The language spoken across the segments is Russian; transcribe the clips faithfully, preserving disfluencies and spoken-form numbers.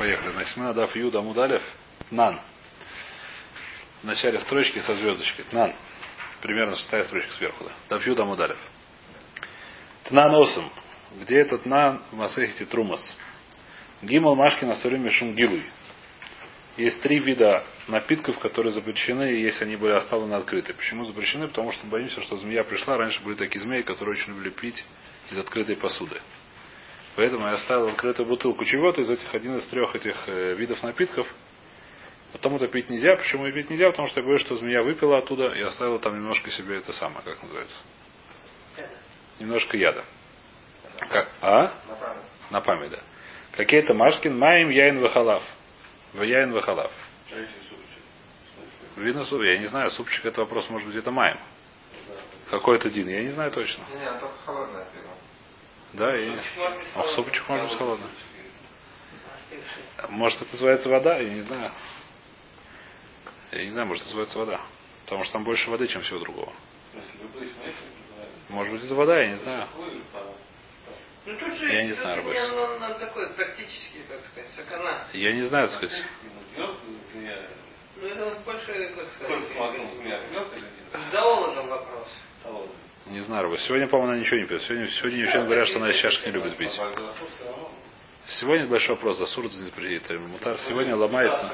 Поехали. Значит, мы на даф Юда Мудалев. Нан. В начале строчки со звездочкой. Тнан. Примерно шестая строчка сверху. Да. Даф Юда Мудалев. Тнан осом. Где этот тнан в Масехите Трумас? Гимал Машкина Сурим Мишум Гилуй. Есть три вида напитков, которые запрещены, если они были оставлены открыты. Почему запрещены? Потому что мы боимся, что змея пришла. Раньше были такие змеи, которые очень любили пить из открытой посуды. Поэтому я оставил открытую бутылку чего-то из этих один из трех этих э, видов напитков. Потом это пить нельзя. Почему и пить нельзя? Потому что я боюсь, что змея выпила оттуда и оставила там немножко себе это самое, как называется. Немножко яда. Как? А? На память. На память, да. Какие-то Машкин, Маим, Яин, Вахалав. В Яин, Вахалав. Видно суп. Я не знаю, супчик это вопрос, может быть, это Маим. Какой-то Дин, я не знаю точно. Не, не, только холодное пиво. Да, и... А супчик может быть холодный. Может, это называется вода? Я не знаю. Я не знаю, может, это называется вода. Потому что там больше воды, чем всего другого. Может быть, это вода, я не знаю. Ну, тут же я не знаю, Рабойс. Он, он такой практически, как сказать, сакана. Я не знаю, так сказать. Ну, это больше, как сказать, с зоологом вопрос. Не знаю, Рабойс. Сегодня, по-моему, она ничего не пьет. Сегодня, сегодня девчонки говорят, что она из чашек не любит пить. Сегодня большой вопрос. За сур это мутар. Сегодня ломается.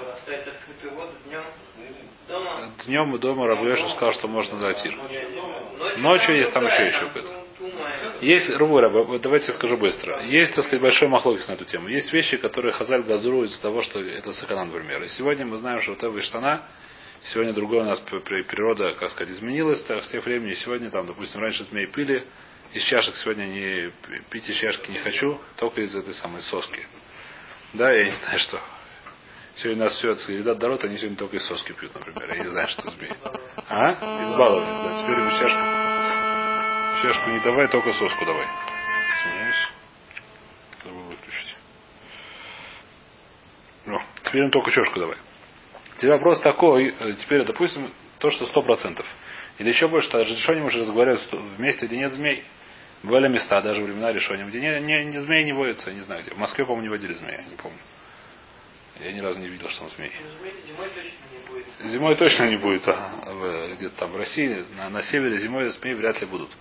Днем и дома Рабойша сказал, что можно дать тир. Ночью есть там еще еще какой-то. Есть, Рубой Раба, давайте я скажу быстро. Есть, так сказать, большой махлокис на эту тему. Есть вещи, которые Хазаль газруют из-за того, что это саканан, например. И сегодня мы знаем, что вот эта штана, сегодня другое у нас природа, как сказать, изменилась с тех времени. Сегодня, там, допустим, раньше змеи пили, из чашек сегодня не пить из чашки не хочу, только из этой самой соски. Да, я не знаю, что. Сегодня у нас все, едят дород, они сегодня только из соски пьют, например. Я не знаю, что змеи. А? Избаловались, да. Теперь в чашку. Чашку не давай, только соску давай. Извиняюсь. Забыл выключить. Ну, теперь им только чашку давай. Теперь вопрос такой, теперь, допустим, то, что сто процентов. Или еще больше, что решением уже разговаривают в месте, где нет змей. Бывали места, даже времена решением, где не, не, не, змеи не водятся, я не знаю где. В Москве, по-моему, не водили змеи, я не помню. Я ни разу не видел, что там змеи. Зимой точно не будет. Зимой точно не будет, а где-то там в России, на, на севере зимой змеи вряд ли будут.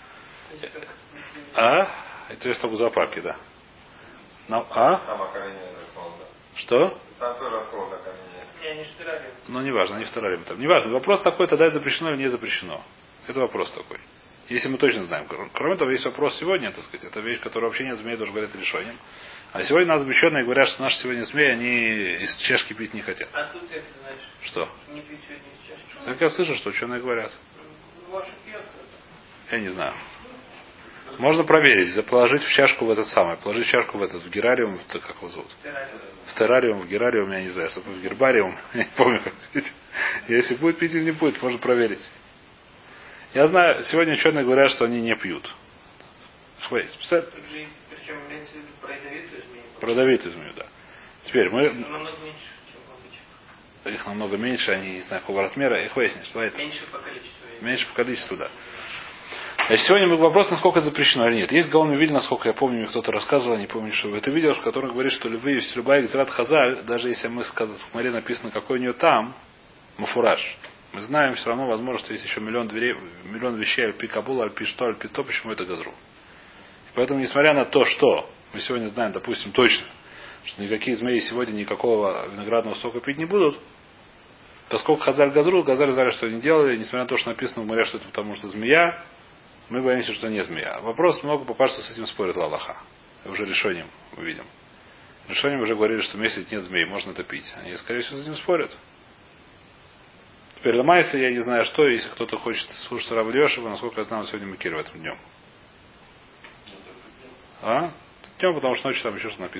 А? Это есть только в зоопарке, да. Нам, а? Там окаменение холода. Что? Там тоже от холода окаменение. Не, они в террариум. Ну, не важно, не в террариум там. Не важно. Вопрос такой, тогда это запрещено или не запрещено. Это вопрос такой. Если мы точно знаем. Кроме того, есть вопрос сегодня, так сказать. Это вещь, которая вообще нет змей, тоже говорят решением. А сегодня нас запрещенные говорят, что наши сегодня змеи, они из чашки пить не хотят. А тут ты знаешь. Что? Не пить сегодня из чашки. Так я слышу, что ученые говорят. Ваша пьет. Я не знаю. Можно проверить, заположить в чашку в этот самый, положить в чашку в этот, в герариум, в, как его зовут? Террариум. В террариум, в герариум, я не знаю, что в гербариум, я не помню, как сказать. Если будет пить или не будет, можно проверить. Я знаю, сегодня ученые говорят, что они не пьют. Хвейс, Тут же, причем имеется в виду про ядовитую змею. Про ядовитую змею, да. Теперь мы... Это намного меньше, чем обычно. Их намного меньше, они не знаю какого размера, их выяснишь, что это. Меньше по количеству. Меньше по количеству, да. А сегодня мы вопрос, насколько это запрещено или нет. Есть Гаон Мивиль, насколько я помню, мне кто-то рассказывал, не помню, что это видео, в котором говорит, что любые, любая экзрат хазаль, даже если мы сказать, в море написано, какой у нее там, мафураж, мы знаем все равно, возможно, что есть еще миллион, дверей, миллион вещей, альпи кабула, альпи что, альпи то, почему это газру. И поэтому, несмотря на то, что мы сегодня знаем, допустим, точно, что никакие змеи сегодня никакого виноградного сока пить не будут, поскольку хазаль газру, газаль знали, что они делали, несмотря на то, что написано в море, что это потому что змея, мы боимся, что не змея. Вопрос много попашется с этим спорит Аллаха. Уже решением увидим. Решением уже говорили, что если нет змей, можно это пить. Они, скорее всего, с этим спорят. Теперь ломается, я не знаю что, если кто-то хочет слушать Рава Лешева, насколько я знаю, он сегодня Макир в этом днем. А? Днем, потому что ночью там еще что написано.